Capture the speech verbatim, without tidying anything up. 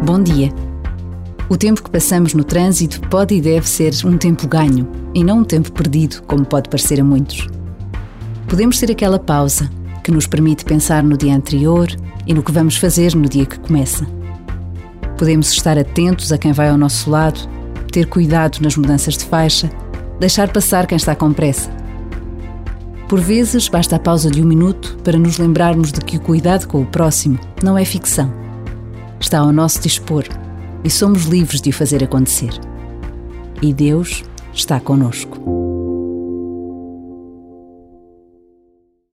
Bom dia. O tempo que passamos no trânsito pode e deve ser um tempo ganho e não um tempo perdido, como pode parecer a muitos. Podemos ter aquela pausa que nos permite pensar no dia anterior e no que vamos fazer no dia que começa. Podemos estar atentos a quem vai ao nosso lado, ter cuidado nas mudanças de faixa, deixar passar quem está com pressa. Por vezes, basta a pausa de um minuto para nos lembrarmos de que o cuidado com o próximo não é ficção. Está ao nosso dispor e somos livres de o fazer acontecer. E Deus está conosco.